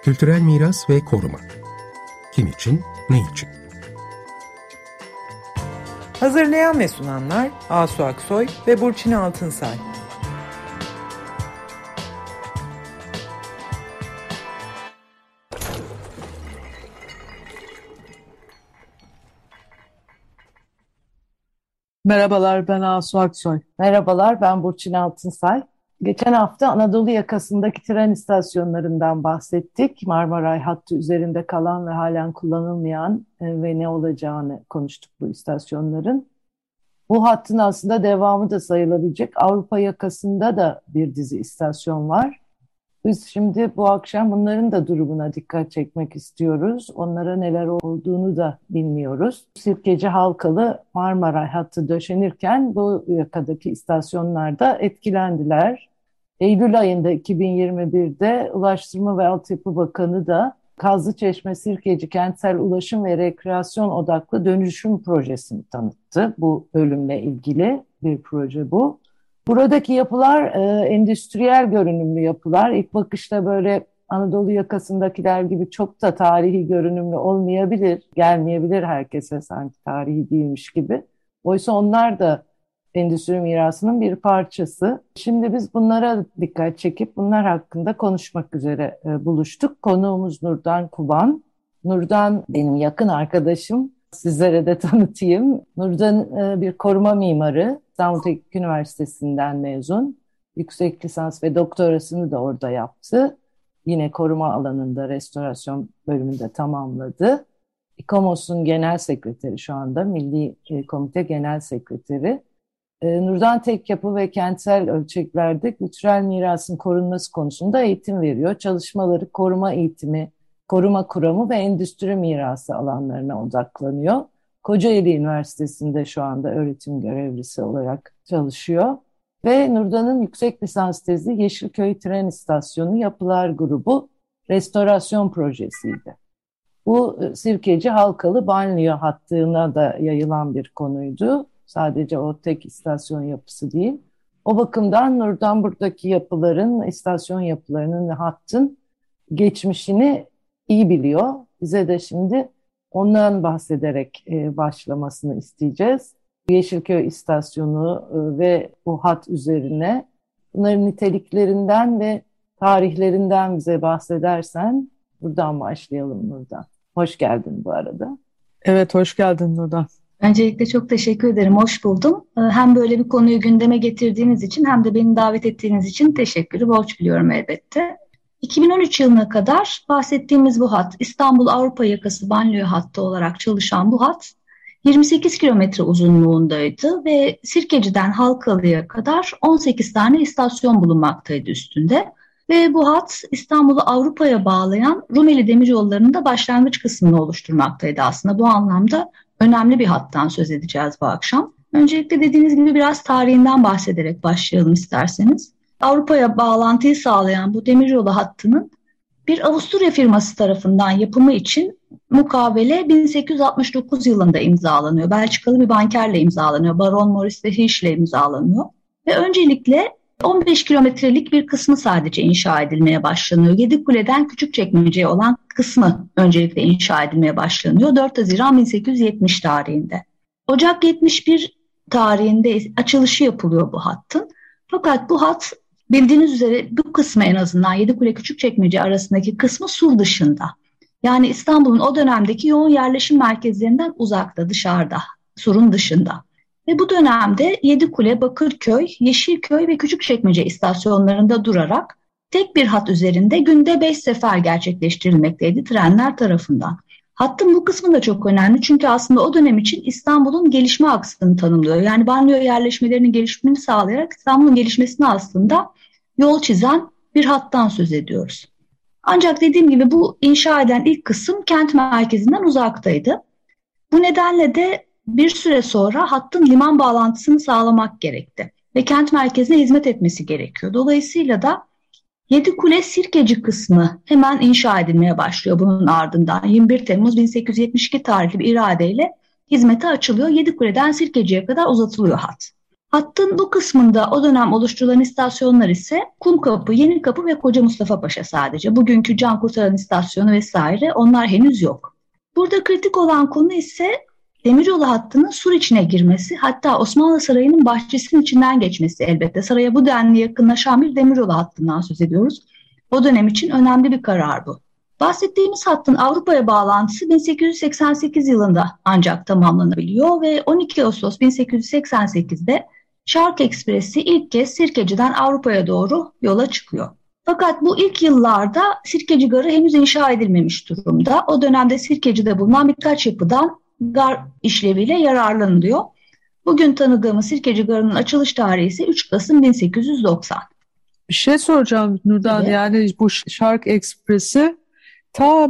Kültürel miras ve koruma. Kim için, ne için? Hazırlayan ve sunanlar Asu Aksoy ve Burçin Altınsay. Merhabalar, ben Asu Aksoy. Merhabalar, ben Burçin Altınsay. Geçen hafta Anadolu yakasındaki tren istasyonlarından bahsettik. Marmaray hattı üzerinde kalan ve halen kullanılmayan ve ne olacağını konuştuk bu istasyonların. Bu hattın aslında devamı da sayılabilecek Avrupa yakasında da bir dizi istasyon var. Biz şimdi bu akşam bunların da durumuna dikkat çekmek istiyoruz. Onlara neler olduğunu da bilmiyoruz. Sirkeci Halkalı Marmaray hattı döşenirken bu yakadaki istasyonlarda etkilendiler. Eylül ayında 2021'de Ulaştırma ve Altyapı Bakanı da Kazlıçeşme Sirkeci Kentsel Ulaşım ve Rekreasyon Odaklı Dönüşüm Projesi'ni tanıttı. Bu bölümle ilgili bir proje bu. Buradaki yapılar endüstriyel görünümlü yapılar. İlk bakışta böyle Anadolu yakasındakiler gibi çok da tarihi görünümlü olmayabilir. Gelmeyebilir herkese sanki tarihi değilmiş gibi. Oysa onlar da endüstri mirasının bir parçası. Şimdi biz bunlara dikkat çekip bunlar hakkında konuşmak üzere buluştuk. Konuğumuz Nurdan Kuban. Nurdan benim yakın arkadaşım. Sizlere de tanıtayım. Nurdan bir koruma mimarı. İstanbul Teknik Üniversitesi'nden mezun. Yüksek lisans ve doktorasını da orada yaptı. Yine koruma alanında restorasyon bölümünde tamamladı. İKOMOS'un genel sekreteri şu anda. Milli Komite Genel Sekreteri. Nurdan tek yapı ve kentsel ölçeklerde kültürel mirasın korunması konusunda eğitim veriyor. Çalışmaları koruma eğitimi, koruma kuramı ve endüstri mirası alanlarına odaklanıyor. Kocaeli Üniversitesi'nde şu anda öğretim görevlisi olarak çalışıyor. Ve Nurdan'ın yüksek lisans tezi Yeşilköy Tren İstasyonu Yapılar Grubu Restorasyon Projesi'ydi. Bu Sirkeci Halkalı banliyö hattına da yayılan bir konuydu. Sadece o tek istasyon yapısı değil. O bakımdan Nurdan buradaki yapıların, istasyon yapılarının ve hattın geçmişini iyi biliyor. Bize de şimdi ondan bahsederek başlamasını isteyeceğiz. Yeşilköy istasyonu ve bu hat üzerine bunların niteliklerinden ve tarihlerinden bize bahsedersen buradan başlayalım Nurdan. Hoş geldin bu arada. Evet, hoş geldin Nurdan. Öncelikle çok teşekkür ederim, hoş buldum. Hem böyle bir konuyu gündeme getirdiğiniz için hem de beni davet ettiğiniz için teşekkürü borç biliyorum elbette. 2013 yılına kadar bahsettiğimiz bu hat, İstanbul Avrupa yakası banliyö hattı olarak çalışan bu hat 28 kilometre uzunluğundaydı ve Sirkeci'den Halkalı'ya kadar 18 tane istasyon bulunmaktaydı üstünde. Ve bu hat İstanbul'u Avrupa'ya bağlayan Rumeli Demiryolları'nın da başlangıç kısmını oluşturmaktaydı aslında. Bu anlamda önemli bir hattan söz edeceğiz bu akşam. Öncelikle dediğiniz gibi biraz tarihinden bahsederek başlayalım isterseniz. Avrupa'ya bağlantıyı sağlayan bu demiryolu hattının bir Avusturya firması tarafından yapımı için mukavele 1869 yılında imzalanıyor. Belçikalı bir bankerle imzalanıyor. Baron Maurice de Hirsch ile imzalanıyor. Ve öncelikle 15 kilometrelik bir kısmı sadece inşa edilmeye başlanıyor. Yedikule'den Küçükçekmece'ye olan kısmı öncelikle inşa edilmeye başlanıyor. 4 Haziran 1870 tarihinde. Ocak 71 tarihinde açılışı yapılıyor bu hattın. Fakat bu hat bildiğiniz üzere bu kısmı en azından Yedikule Küçükçekmece arasındaki kısmı sur dışında. Yani İstanbul'un o dönemdeki yoğun yerleşim merkezlerinden uzakta, dışarıda, surun dışında. Ve bu dönemde Yedikule, Bakırköy, Yeşilköy ve Küçükçekmece istasyonlarında durarak tek bir hat üzerinde günde 5 sefer gerçekleştirilmekteydi trenler tarafından. Hattın bu kısmı da çok önemli çünkü aslında o dönem için İstanbul'un gelişme aksını tanımlıyor. Yani banliyö yerleşmelerinin gelişimini sağlayarak İstanbul'un gelişmesine aslında yol çizen bir hattan söz ediyoruz. Ancak dediğim gibi bu inşa edilen ilk kısım kent merkezinden uzaktaydı. Bu nedenle de bir süre sonra hattın liman bağlantısını sağlamak gerekti ve kent merkezine hizmet etmesi gerekiyor. Dolayısıyla da Yedikule Sirkeci kısmı hemen inşa edilmeye başlıyor bunun ardından. 21 Temmuz 1872 tarihli bir iradeyle hizmete açılıyor. Yedikule'den Sirkeci'ye kadar uzatılıyor hat. Hattın bu kısmında o dönem oluşturulan istasyonlar ise Kumkapı, Yenikapı ve Koca Mustafa Paşa sadece. Bugünkü Cankurtaran istasyonu vesaire onlar henüz yok. Burada kritik olan konu ise demiryolu hattının sur içine girmesi, hatta Osmanlı Sarayı'nın bahçesinin içinden geçmesi elbette. Saraya bu denli yakınlaşan bir demiryolu hattından söz ediyoruz. O dönem için önemli bir karar bu. Bahsettiğimiz hattın Avrupa'ya bağlantısı 1888 yılında ancak tamamlanabiliyor ve 12 Ağustos 1888'de Şark Ekspresi ilk kez Sirkeci'den Avrupa'ya doğru yola çıkıyor. Fakat bu ilk yıllarda Sirkeci Garı henüz inşa edilmemiş durumda. O dönemde Sirkeci'de bulunan birkaç yapıdan gar işleviyle yararlanılıyor. Bugün tanıdığımız Sirkeci Garı'nın açılış tarihi ise 3 Kasım 1890. Bir şey soracağım Nurdan. Evet. Yani bu Şark Ekspresi ta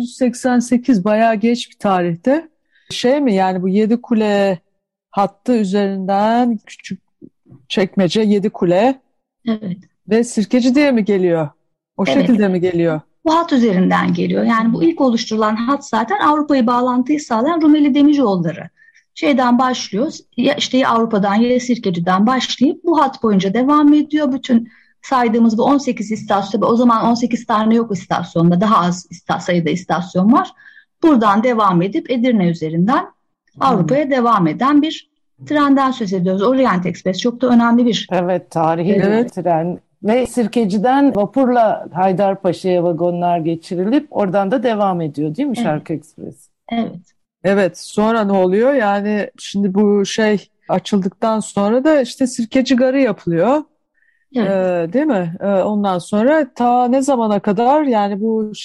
1888 bayağı geç bir tarihte. Şey mi yani bu Yedikule hattı üzerinden Küçükçekmece, Yedikule Evet. ve Sirkeci diye mi geliyor? O Evet. şekilde mi geliyor? Bu hat üzerinden geliyor. Yani bu ilk oluşturulan hat zaten Avrupa'yı bağlantıyı sağlayan Rumeli Demiryolları. Şeyden başlıyor, ya işte ya Avrupa'dan ya Sirkeci'den başlayıp bu hat boyunca devam ediyor. Bütün saydığımız bu 18 istasyon, o zaman 18 tane yok istasyonda, daha az sayıda istasyon var. Buradan devam edip Edirne üzerinden Avrupa'ya devam eden bir trenden söz ediyoruz. Orient Express çok da önemli bir. Evet, tarihi Evet. bir tren. Ve Sirkeci'den vapurla Haydarpaşa'ya vagonlar geçirilip oradan da devam ediyor değil mi Evet. Şark Ekspres? Evet. Evet, sonra ne oluyor? Yani şimdi bu şey açıldıktan sonra da işte Sirkeci Garı yapılıyor. Evet. Değil mi? Ondan sonra ta ne zamana kadar yani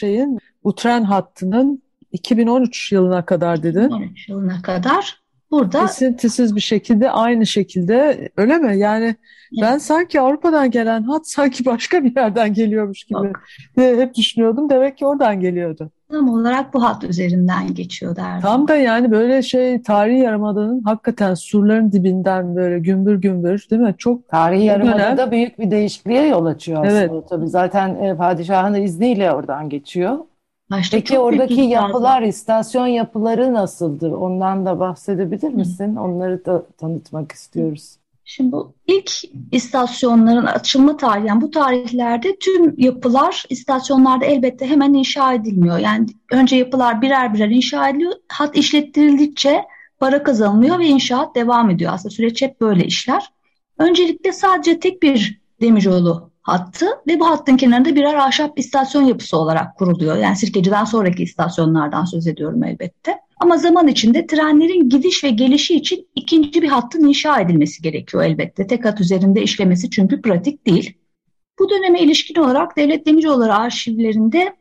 bu tren hattının 2013 yılına kadar dedin. 2013 yılına kadar burada. Kesintisiz bir şekilde aynı şekilde öyle mi? Yani ben sanki Avrupa'dan gelen hat sanki başka bir yerden geliyormuş gibi Yok. hep düşünüyordum. Demek ki oradan geliyordu. Tam olarak bu hat üzerinden geçiyor derdim. Tam da yani böyle tarihi yarımadanın hakikaten surların dibinden böyle gümbür gümbür değil mi? Çok Tarihi Yarımada'da dönem. büyük bir değişikliğe yol açıyor Evet. aslında tabii. Zaten padişahın izniyle oradan geçiyor. Başta Peki çok büyük oradaki itiraz var. yapılar, istasyon yapıları nasıldır? Ondan da bahsedebilir misin? Onları da tanıtmak istiyoruz. Şimdi bu ilk istasyonların açılma tarihi, yani bu tarihlerde tüm yapılar istasyonlarda elbette hemen inşa edilmiyor. Yani önce yapılar birer birer inşa ediliyor. Hat işlettirildikçe para kazanılıyor ve inşaat devam ediyor. Aslında süreç hep böyle işler. Öncelikle sadece tek bir demiryolu hattı ve bu hattın kenarında birer ahşap istasyon yapısı olarak kuruluyor. Yani Sirkeci'den sonraki istasyonlardan söz ediyorum elbette. Ama zaman içinde trenlerin gidiş ve gelişi için ikinci bir hattın inşa edilmesi gerekiyor elbette. Tek hat üzerinde işlemesi çünkü pratik değil. Bu döneme ilişkin olarak Devlet Demiryolları arşivlerinde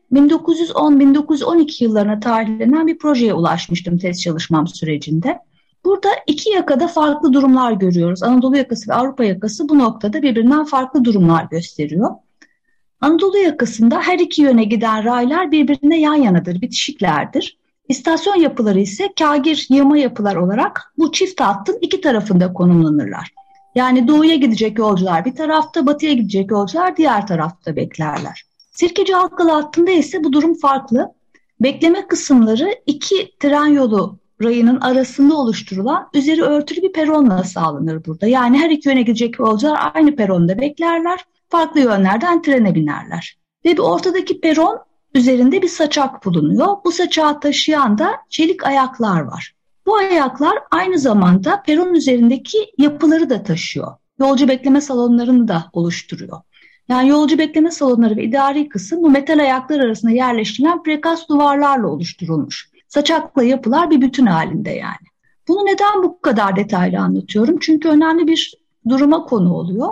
1910-1912 yıllarına tarihlenen bir projeye ulaşmıştım tez çalışmam sürecinde. Burada iki yakada farklı durumlar görüyoruz. Anadolu yakası ve Avrupa yakası bu noktada birbirinden farklı durumlar gösteriyor. Anadolu yakasında her iki yöne giden raylar birbirine yan yanadır, bitişiklerdir. İstasyon yapıları ise kagir yığma yapılar olarak bu çift hattın iki tarafında konumlanırlar. Yani doğuya gidecek yolcular bir tarafta, batıya gidecek yolcular diğer tarafta beklerler. Sirkeci Halkalı hattında ise bu durum farklı. Bekleme kısımları iki tren yolu rayının arasında oluşturulan üzeri örtülü bir peronla sağlanır burada. Yani her iki yöne gidecek yolcular aynı peronda beklerler, farklı yönlerden trene binerler. Ve bir ortadaki peron üzerinde bir saçak bulunuyor. Bu saçağı taşıyan da çelik ayaklar var. Bu ayaklar aynı zamanda peron üzerindeki yapıları da taşıyor. Yolcu bekleme salonlarını da oluşturuyor. Yani yolcu bekleme salonları ve idari kısım bu metal ayaklar arasında yerleştirilen prekaz duvarlarla oluşturulmuş. Saçakla yapılar bir bütün halinde yani. Bunu neden bu kadar detaylı anlatıyorum? Çünkü önemli bir duruma konu oluyor.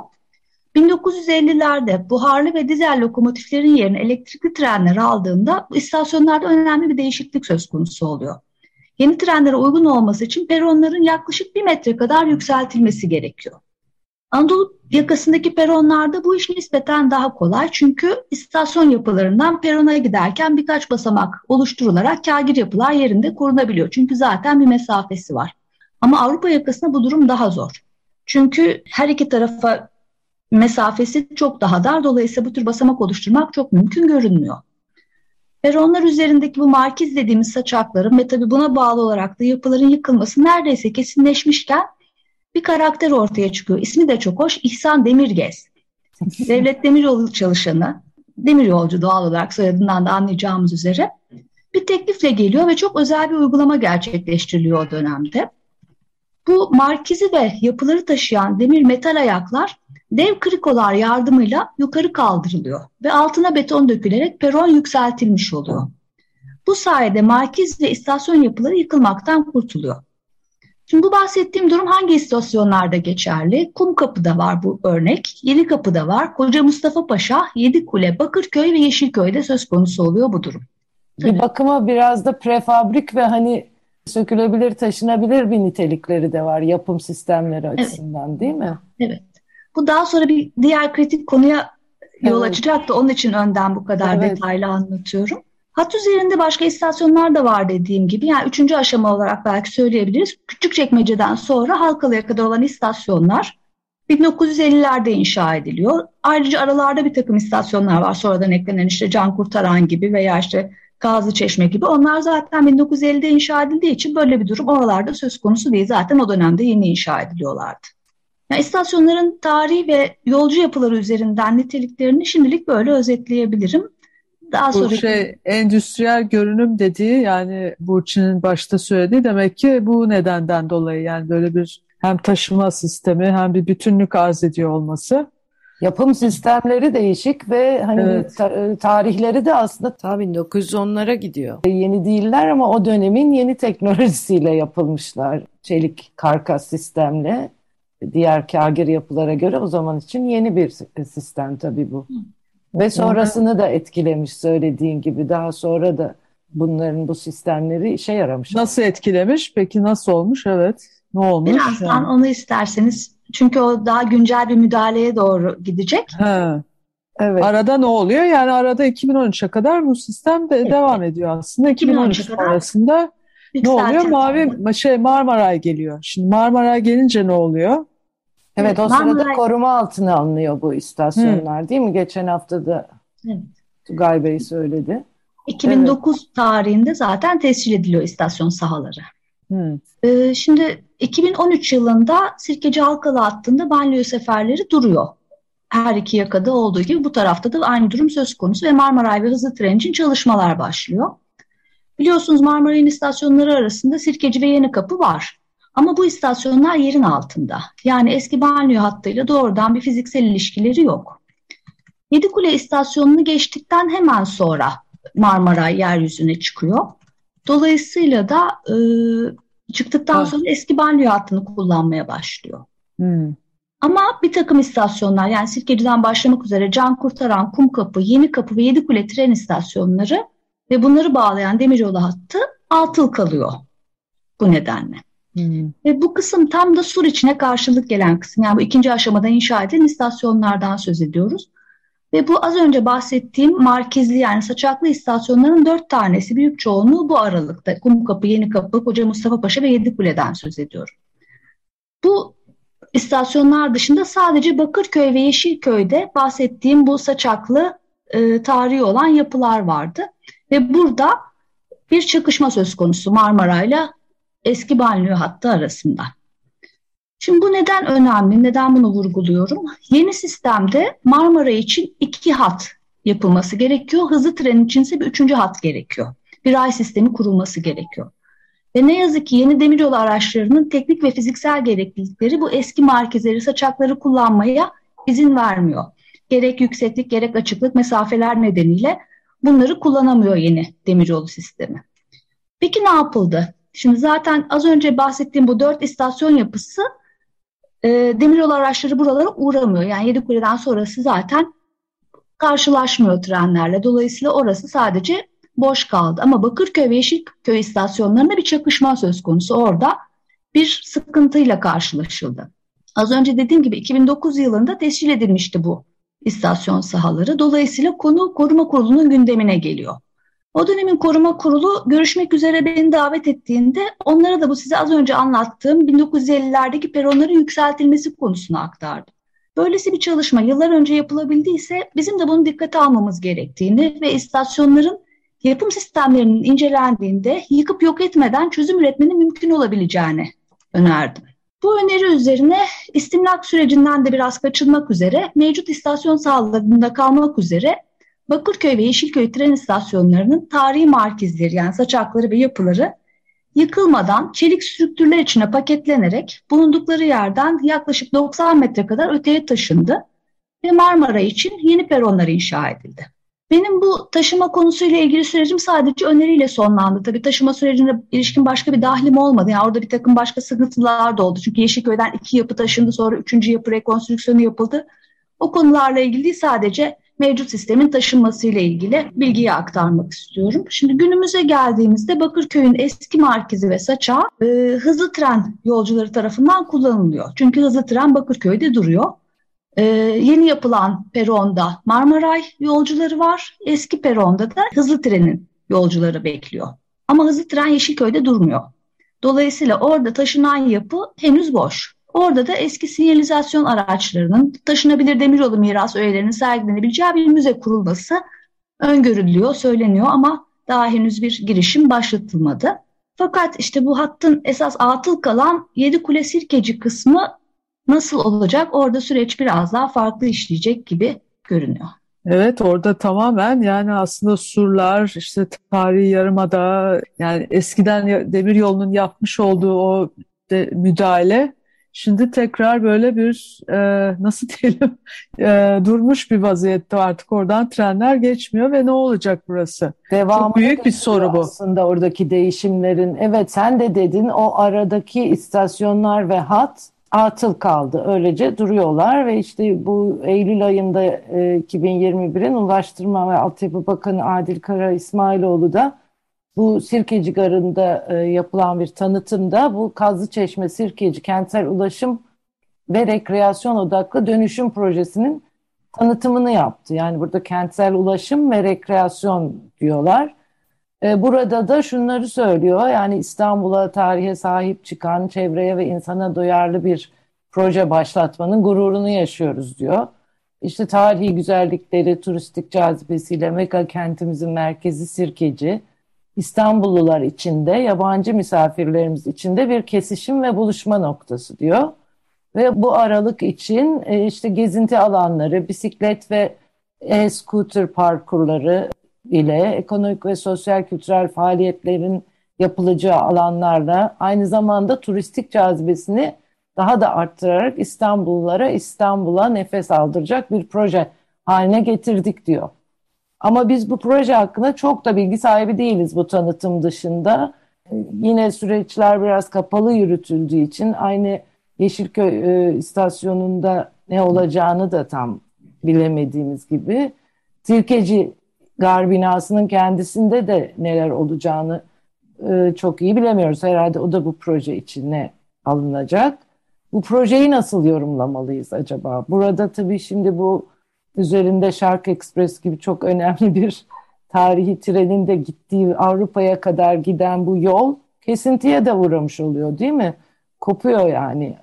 1950'lerde buharlı ve dizel lokomotiflerin yerine elektrikli trenler aldığında bu istasyonlarda önemli bir değişiklik söz konusu oluyor. Yeni trenlere uygun olması için peronların yaklaşık 1 metre kadar yükseltilmesi gerekiyor. Anadolu yakasındaki peronlarda bu iş nispeten daha kolay çünkü istasyon yapılarından perona giderken birkaç basamak oluşturularak kagir yapılar yerinde korunabiliyor. Çünkü zaten bir mesafesi var. Ama Avrupa yakasında bu durum daha zor. Çünkü her iki tarafa mesafesi çok daha dar. Dolayısıyla bu tür basamak oluşturmak çok mümkün görünmüyor. Peronlar üzerindeki bu markiz dediğimiz saçakların ve tabii buna bağlı olarak da yapıların yıkılması neredeyse kesinleşmişken bir karakter ortaya çıkıyor. İsmi de çok hoş, İhsan Demirgez. Devlet Demiryolu çalışanı, demiryolcu doğal olarak soyadından da anlayacağımız üzere bir teklifle geliyor ve çok özel bir uygulama gerçekleştiriliyor o dönemde. Bu markizi ve yapıları taşıyan demir metal ayaklar dev krikolar yardımıyla yukarı kaldırılıyor ve altına beton dökülerek peron yükseltilmiş oluyor. Bu sayede markiz ve istasyon yapıları yıkılmaktan kurtuluyor. Şimdi bu bahsettiğim durum hangi istasyonlarda geçerli? Kumkapı'da var bu örnek, Yenikapı'da var, Koca Mustafa Paşa, Yedikule, Bakırköy ve Yeşilköy'de söz konusu oluyor bu durum. Bir bakıma biraz da prefabrik ve hani sökülebilir, taşınabilir bir nitelikleri de var yapım sistemleri açısından, değil mi? Evet. Bu daha sonra bir diğer kritik konuya yol açacak da onun için önden bu kadar detaylı anlatıyorum. Hat üzerinde başka istasyonlar da var dediğim gibi. Yani 3. aşama olarak belki söyleyebiliriz. Küçükçekmece'den sonra Halkalı'ya kadar olan istasyonlar 1950'lerde inşa ediliyor. Ayrıca aralarda bir takım istasyonlar var. Sonradan eklenen işte Cankurtaran gibi veya işte Kazlıçeşme gibi. Onlar zaten 1950'de inşa edildiği için böyle bir durum oralarda söz konusu değil. Zaten o dönemde yeni inşa ediliyorlardı. Yani istasyonların tarihi ve yolcu yapıları üzerinden niteliklerini şimdilik böyle özetleyebilirim. Daha sonra endüstriyel görünüm dediği, yani Burçin'in başta söylediği, demek ki bu nedenden dolayı, yani böyle bir hem taşıma sistemi hem bir bütünlük arz ediyor olması. Yapım sistemleri değişik ve hani tarihleri de aslında ta 1910'lara gidiyor. Yeni değiller ama o dönemin yeni teknolojisiyle yapılmışlar. Çelik karkas sistemle, diğer kârgır yapılara göre o zaman için yeni bir sistem tabii bu. Ve sonrasını da etkilemiş, söylediğin gibi. Daha sonra da bu sistemleri işe yaramış. Nasıl etkilemiş? Peki nasıl olmuş? Evet. Ne olmuş? Birazdan onu isterseniz. Çünkü o daha güncel bir müdahaleye doğru gidecek. Evet. Arada ne oluyor? Yani arada 2013'e kadar bu sistem de devam ediyor aslında. 2013 sonrasında ne oluyor? Marmaray geliyor. Şimdi Marmaray gelince ne oluyor? Evet, o sırada koruma altına alınıyor bu istasyonlar, değil mi? Geçen hafta da Tugay Bey söyledi. 2009 tarihinde zaten tescil ediliyor istasyon sahaları. Şimdi 2013 yılında Sirkeci Halkalı hattında banliyö seferleri duruyor. Her iki yakada olduğu gibi bu tarafta da aynı durum söz konusu ve Marmaray ve hızlı tren için çalışmalar başlıyor. Biliyorsunuz Marmaray'ın istasyonları arasında Sirkeci ve Yenikapı var. Ama bu istasyonlar yerin altında. Yani eski banliyö hattıyla doğrudan bir fiziksel ilişkileri yok. Yedikule istasyonunu geçtikten hemen sonra Marmaray yeryüzüne çıkıyor. Dolayısıyla da çıktıktan sonra eski banliyö hattını kullanmaya başlıyor. Ama bir takım istasyonlar, yani Sirkeci'den başlamak üzere Cankurtaran, Kumkapı, Yenikapı ve Yedikule tren istasyonları ve bunları bağlayan demiryolu hattı atıl kalıyor bu nedenle. Ve bu kısım tam da sur içine karşılık gelen kısım. Yani bu 2. aşamada inşa edilen istasyonlardan söz ediyoruz. Ve bu az önce bahsettiğim merkezli, yani saçaklı istasyonların 4 tanesi, büyük çoğunluğu bu aralıkta. Kumkapı, Yenikapı, Koca Mustafa Paşa ve Yedikule'den söz ediyorum. Bu istasyonlar dışında sadece Bakırköy ve Yeşilköy'de bahsettiğim bu saçaklı tarihi olan yapılar vardı. Ve burada bir çakışma söz konusu Marmaray'la eski banliyö hattı arasında. Şimdi bu neden önemli? Neden bunu vurguluyorum? Yeni sistemde Marmara için 2 hat yapılması gerekiyor. Hızlı tren için ise bir 3. hat gerekiyor. Bir ray sistemi kurulması gerekiyor. Ve ne yazık ki yeni demiryolu araçlarının teknik ve fiziksel gereklilikleri bu eski merkezleri, saçakları kullanmaya izin vermiyor. Gerek yükseklik, gerek açıklık, mesafeler nedeniyle bunları kullanamıyor yeni demiryolu sistemi. Peki ne yapıldı? Şimdi zaten az önce bahsettiğim bu 4 istasyon yapısı demiryolu araçları buralara uğramıyor. Yani Yedikule'den sonrası zaten karşılaşmıyor trenlerle. Dolayısıyla orası sadece boş kaldı. Ama Bakırköy ve Yeşilköy istasyonlarında bir çakışma söz konusu. Orada bir sıkıntıyla karşılaşıldı. Az önce dediğim gibi 2009 yılında tescil edilmişti bu istasyon sahaları. Dolayısıyla konu Koruma Kurulu'nun gündemine geliyor. O dönemin Koruma Kurulu görüşmek üzere beni davet ettiğinde onlara da bu size az önce anlattığım 1950'lerdeki peronların yükseltilmesi konusunu aktardım. Böylesi bir çalışma yıllar önce yapılabildiyse bizim de bunu dikkate almamız gerektiğini ve istasyonların yapım sistemlerinin incelendiğinde yıkıp yok etmeden çözüm üretmenin mümkün olabileceğini önerdim. Bu öneri üzerine istimlak sürecinden de biraz kaçınmak üzere, mevcut istasyon sahalarında kalmak üzere Bakırköy ve Yeşilköy tren istasyonlarının tarihi merkezleri, yani saçakları ve yapıları yıkılmadan çelik strüktürler içine paketlenerek bulundukları yerden yaklaşık 90 metre kadar öteye taşındı ve Marmara için yeni peronlar inşa edildi. Benim bu taşıma konusuyla ilgili sürecim sadece öneriyle sonlandı. Tabii taşıma sürecine ilişkin başka bir dahlim olmadı. Yani orada bir takım başka sıkıntılar da oldu. Çünkü Yeşilköy'den 2 yapı taşındı, sonra 3. yapı rekonstrüksiyonu yapıldı. O konularla ilgili değil, sadece mevcut sistemin taşınmasıyla ilgili bilgiyi aktarmak istiyorum. Şimdi günümüze geldiğimizde Bakırköy'ün eski merkezi ve saçağı hızlı tren yolcuları tarafından kullanılıyor. Çünkü hızlı tren Bakırköy'de duruyor. Yeni yapılan peronda Marmaray yolcuları var. Eski peronda da hızlı trenin yolcuları bekliyor. Ama hızlı tren Yeşilköy'de durmuyor. Dolayısıyla orada taşınan yapı henüz boş. Orada da eski sinyalizasyon araçlarının, taşınabilir demiryolu miras öğelerinin sergilenebileceği bir müze kurulması öngörülüyor, söyleniyor ama daha henüz bir girişim başlatılmadı. Fakat işte bu hattın esas atıl kalan Yedikule Sirkeci kısmı nasıl olacak? Orada süreç biraz daha farklı işleyecek gibi görünüyor. Evet, orada tamamen yani aslında surlar, işte tarihi yarımada, yani eskiden demiryolunun yapmış olduğu o müdahale şimdi tekrar böyle bir nasıl diyelim durmuş bir vaziyette, artık oradan trenler geçmiyor ve ne olacak burası? Çok büyük bir soru bu. Aslında oradaki değişimlerin, evet sen de dedin, o aradaki istasyonlar ve hat atıl kaldı. Öylece duruyorlar ve işte bu Eylül ayında 2021'in Ulaştırma ve Altyapı Bakanı Adil Kara İsmailoğlu da bu Sirkeci Garı'nda yapılan bir tanıtımda bu Kazlıçeşme Sirkeci Kentsel Ulaşım ve Rekreasyon Odaklı Dönüşüm Projesi'nin tanıtımını yaptı. Yani burada kentsel ulaşım ve rekreasyon diyorlar. Burada da şunları söylüyor, yani İstanbul'a, tarihe sahip çıkan, çevreye ve insana duyarlı bir proje başlatmanın gururunu yaşıyoruz diyor. İşte tarihi güzellikleri, turistik cazibesiyle mega kentimizin merkezi Sirkeci, İstanbullular için de, yabancı misafirlerimiz için de bir kesişim ve buluşma noktası diyor. Ve bu aralık için işte gezinti alanları, bisiklet ve e-scooter parkurları ile ekonomik ve sosyal kültürel faaliyetlerin yapılacağı alanlarla aynı zamanda turistik cazibesini daha da arttırarak İstanbullulara, İstanbul'a nefes aldıracak bir proje haline getirdik diyor. Ama biz bu proje hakkında çok da bilgi sahibi değiliz bu tanıtım dışında. Yine süreçler biraz kapalı yürütüldüğü için aynı Yeşilköy istasyonunda ne olacağını da tam bilemediğimiz gibi Sirkeci Gar binasının kendisinde de neler olacağını çok iyi bilemiyoruz. Herhalde o da bu proje içine alınacak. Bu projeyi nasıl yorumlamalıyız acaba? Burada tabii şimdi bu üzerinde Şark Express gibi çok önemli bir tarihi trenin de gittiği, Avrupa'ya kadar giden bu yol kesintiye de uğramış oluyor, değil mi? Kopuyor yani.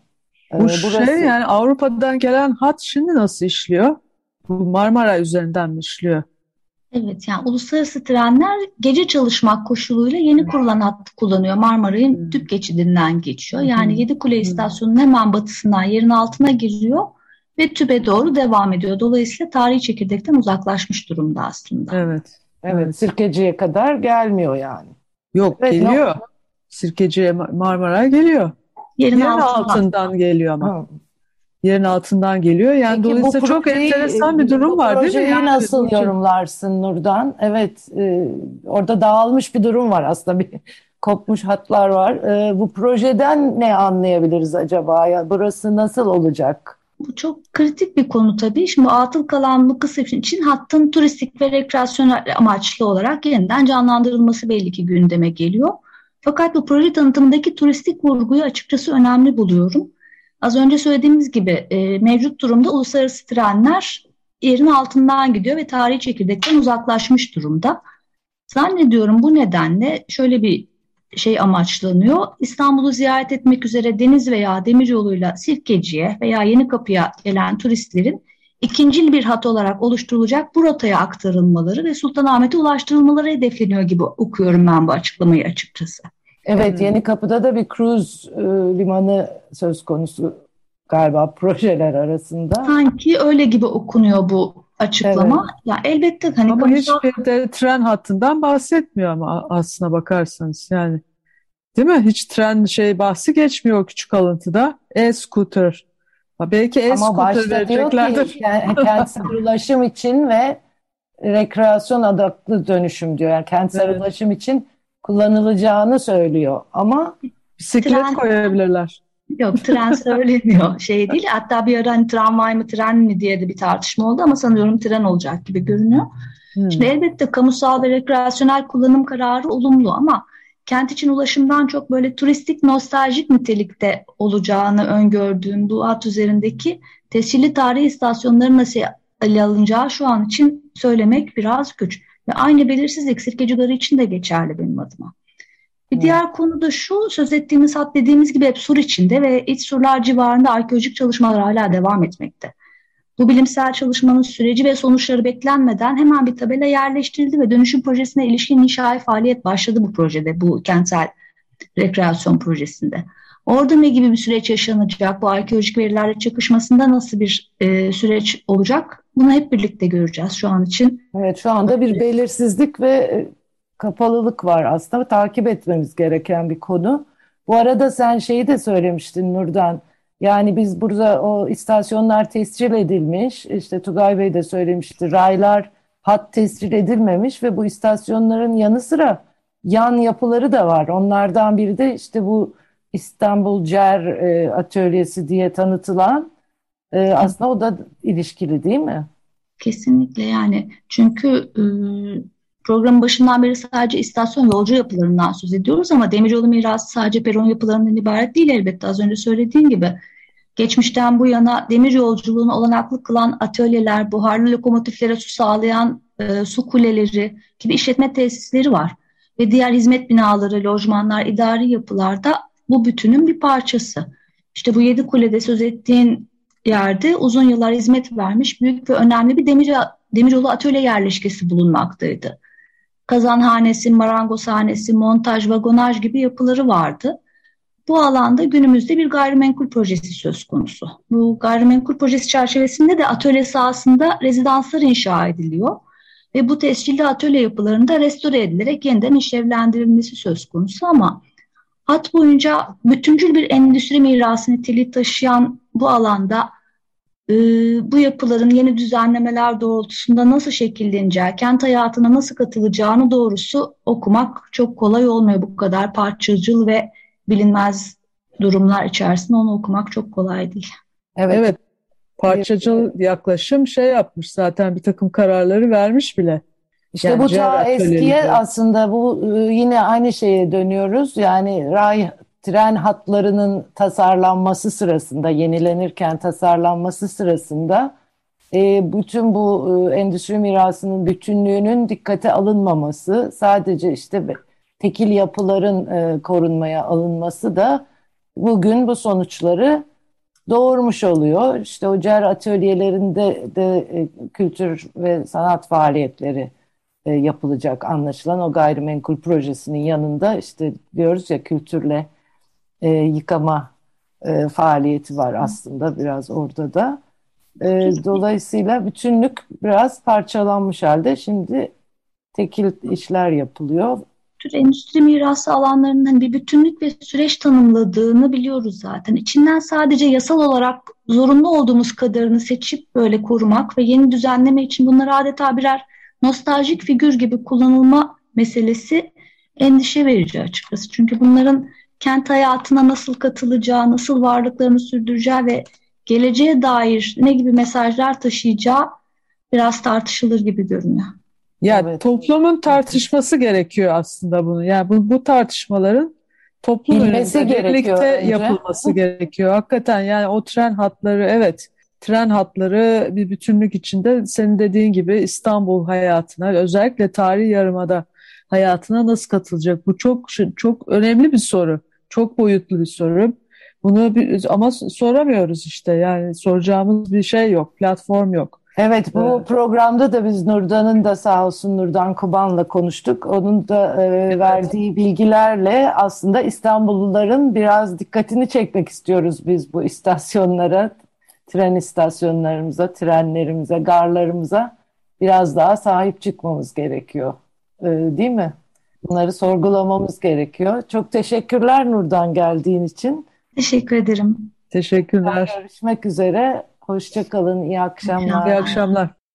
Bu yani Avrupa'dan gelen hat şimdi nasıl işliyor? Bu Marmara üzerinden mi işliyor? Evet, yani uluslararası trenler gece çalışmak koşuluyla yeni kurulan hattı kullanıyor. Marmaray'ın tüp geçidinden geçiyor. Yani Yedikule istasyonunun hemen batısından yerin altına giriyor ve tübe doğru devam ediyor. Dolayısıyla tarihi çekirdekten uzaklaşmış durumda aslında. Evet, Sirkeci'ye kadar gelmiyor yani. Yok, evet, geliyor. Sirkeci'ye, Marmara'ya geliyor. Yerin altından geliyor ama. Yerin altından geliyor. Yani peki, dolayısıyla çok enteresan bir durum var değil mi? Projeyi nasıl yorumlarsın Nurdan? Evet, orada dağılmış bir durum var aslında, bir kopmuş hatlar var. Bu projeden ne anlayabiliriz acaba? Ya, burası nasıl olacak? Bu çok kritik bir konu tabii. Şimdi atıl kalan bu kısım için hattın turistik ve rekreasyon amaçlı olarak yeniden canlandırılması belli ki gündeme geliyor. Fakat bu proje tanıtımındaki turistik vurguyu açıkçası önemli buluyorum. Az önce söylediğimiz gibi mevcut durumda uluslararası trenler yerin altından gidiyor ve tarihi çekirdekten uzaklaşmış durumda. Zannediyorum bu nedenle şöyle bir şey amaçlanıyor. İstanbul'u ziyaret etmek üzere deniz veya demiryoluyla Sirkeci'ye veya Yenikapı'ya gelen turistlerin ikincil bir hat olarak oluşturulacak bu rotaya aktarılmaları ve Sultanahmet'e ulaştırılmaları hedefleniyor gibi okuyorum ben bu açıklamayı açıkçası. Evet, Yenikapı'da da bir cruise limanı söz konusu galiba projeler arasında. Sanki öyle gibi okunuyor bu açıklama. Evet. Ya elbette hani Ama kamusal hiçbir de tren hattından bahsetmiyor ama aslına bakarsanız yani. Değil mi? Hiç tren bahsi geçmiyor o küçük alıntıda. E-scooter. Belki Ama e-scooter başta diyor ki vereceklerdir. kentsel ulaşım için ve rekreasyon odaklı dönüşüm diyor. Yani kentsel Evet. ulaşım için kullanılacağını söylüyor. Ama Bisiklet tren koyabilirler. yok, tren söyleniyor şey değil. Hatta bir ara hani tramvay mı tren mi diye de bir tartışma oldu ama sanıyorum tren olacak gibi görünüyor. Şimdi elbette kamusal ve rekreasyonel kullanım kararı olumlu ama kent için ulaşımdan çok böyle turistik, nostaljik nitelikte olacağını öngördüğüm bu hat üzerindeki tescilli tarihi istasyonların nasıl ele alınacağı şu an için söylemek biraz güç. Ve aynı belirsizlik Sirkecigarı için de geçerli benim adıma. Bir diğer konu da şu, söz ettiğimiz hat dediğimiz gibi hep sur içinde ve iç surlar civarında arkeolojik çalışmalar hala devam etmekte. Bu bilimsel çalışmanın süreci ve sonuçları beklenmeden hemen bir tabela yerleştirildi ve dönüşüm projesine ilişkin inşai faaliyet başladı bu projede, bu kentsel rekreasyon projesinde. Orada ne gibi bir süreç yaşanacak, bu arkeolojik verilerle çakışmasında nasıl bir süreç olacak? Bunu hep birlikte göreceğiz şu an için. evet, şu anda bir belirsizlik ve kapalılık var aslında. Takip etmemiz gereken bir konu. Bu arada sen şeyi de söylemiştin Nurdan. Yani biz burada o istasyonlar tescil edilmiş. İşte Tugay Bey de söylemişti. Raylar hat tescil edilmemiş ve bu istasyonların yanı sıra yan yapıları da var. Onlardan biri de işte bu İstanbul CER atölyesi diye tanıtılan aslında o da ilişkili değil mi? Kesinlikle yani çünkü programın başından beri sadece istasyon yolcu yapılarından söz ediyoruz ama demiryolu mirası sadece peron yapılarından ibaret değil elbette az önce söylediğim gibi. Geçmişten bu yana demir yolculuğunu olanaklı kılan atölyeler, buharlı lokomotiflere su sağlayan su kuleleri gibi işletme tesisleri var. Ve diğer hizmet binaları, lojmanlar, idari yapılarda bu bütünün bir parçası. İşte bu 7 kulede söz ettiğin yerde uzun yıllar hizmet vermiş büyük ve önemli bir demiryolu atölye yerleşkesi bulunmaktaydı. Kazanhanesi, marangozhanesi, montaj, vagonaj gibi yapıları vardı. Bu alanda günümüzde bir gayrimenkul projesi söz konusu. Bu gayrimenkul projesi çerçevesinde de atölye sahasında rezidanslar inşa ediliyor ve bu tescilli atölye yapılarında restore edilerek yeniden işlevlendirilmesi söz konusu ama hat boyunca bütüncül bir endüstri mirası niteliği taşıyan bu alanda bu yapıların yeni düzenlemeler doğrultusunda nasıl şekilleneceği, kent hayatına nasıl katılacağını doğrusu okumak çok kolay olmuyor. Bu kadar parçacıl ve bilinmez durumlar içerisinde onu okumak çok kolay değil. Evet, parçacıl yaklaşım yapmış zaten bir takım kararları vermiş bile. İşte Yani bu CER ta eskiye atölyeleri. aslında bu yine aynı şeye dönüyoruz. Yani tren hatlarının tasarlanması sırasında, yenilenirken tasarlanması sırasında bütün bu endüstri mirasının bütünlüğünün dikkate alınmaması, sadece işte tekil yapıların korunmaya alınması da bugün bu sonuçları doğurmuş oluyor. İşte o CER atölyelerinde de kültür ve sanat faaliyetleri yapılacak anlaşılan o gayrimenkul projesinin yanında işte diyoruz ya kültürle yıkama faaliyeti var aslında biraz orada da. Dolayısıyla bütünlük biraz parçalanmış halde. Şimdi tekil işler yapılıyor. Endüstri mirası alanlarının bir bütünlük ve süreç tanımladığını biliyoruz zaten. İçinden sadece yasal olarak zorunlu olduğumuz kadarını seçip böyle korumak ve yeni düzenleme için bunlar adeta birer nostaljik figür gibi kullanılma meselesi endişe verici açıkçası. Çünkü bunların kent hayatına nasıl katılacağı, nasıl varlıklarını sürdüreceği ve geleceğe dair ne gibi mesajlar taşıyacağı biraz tartışılır gibi görünüyor. Ya Evet. toplumun tartışması gerekiyor aslında bunu. Yani bu tartışmaların toplum Bilmesi önünde gerekiyor birlikte önce. yapılması gerekiyor. Hakikaten yani o tren hatları evet tren hatları bir bütünlük içinde senin dediğin gibi İstanbul hayatına özellikle tarihi yarımada hayatına nasıl katılacak? Bu çok önemli bir soru. Çok boyutlu bir soru. Bunu ama soramıyoruz işte yani soracağımız bir şey yok, platform yok. Evet, bu programda da biz Nurdan'ın da sağ olsun Nurdan Kuban'la konuştuk. Onun da verdiği bilgilerle aslında İstanbulluların biraz dikkatini çekmek istiyoruz biz bu istasyonlara, tren istasyonlarımıza, trenlerimize, garlarımıza biraz daha sahip çıkmamız gerekiyor. Değil mi? Bunları sorgulamamız gerekiyor. Çok teşekkürler Nurdan geldiğin için. Teşekkür ederim. Teşekkürler. Görüşmek üzere. Hoşça kalın. İyi akşamlar. İyi akşamlar.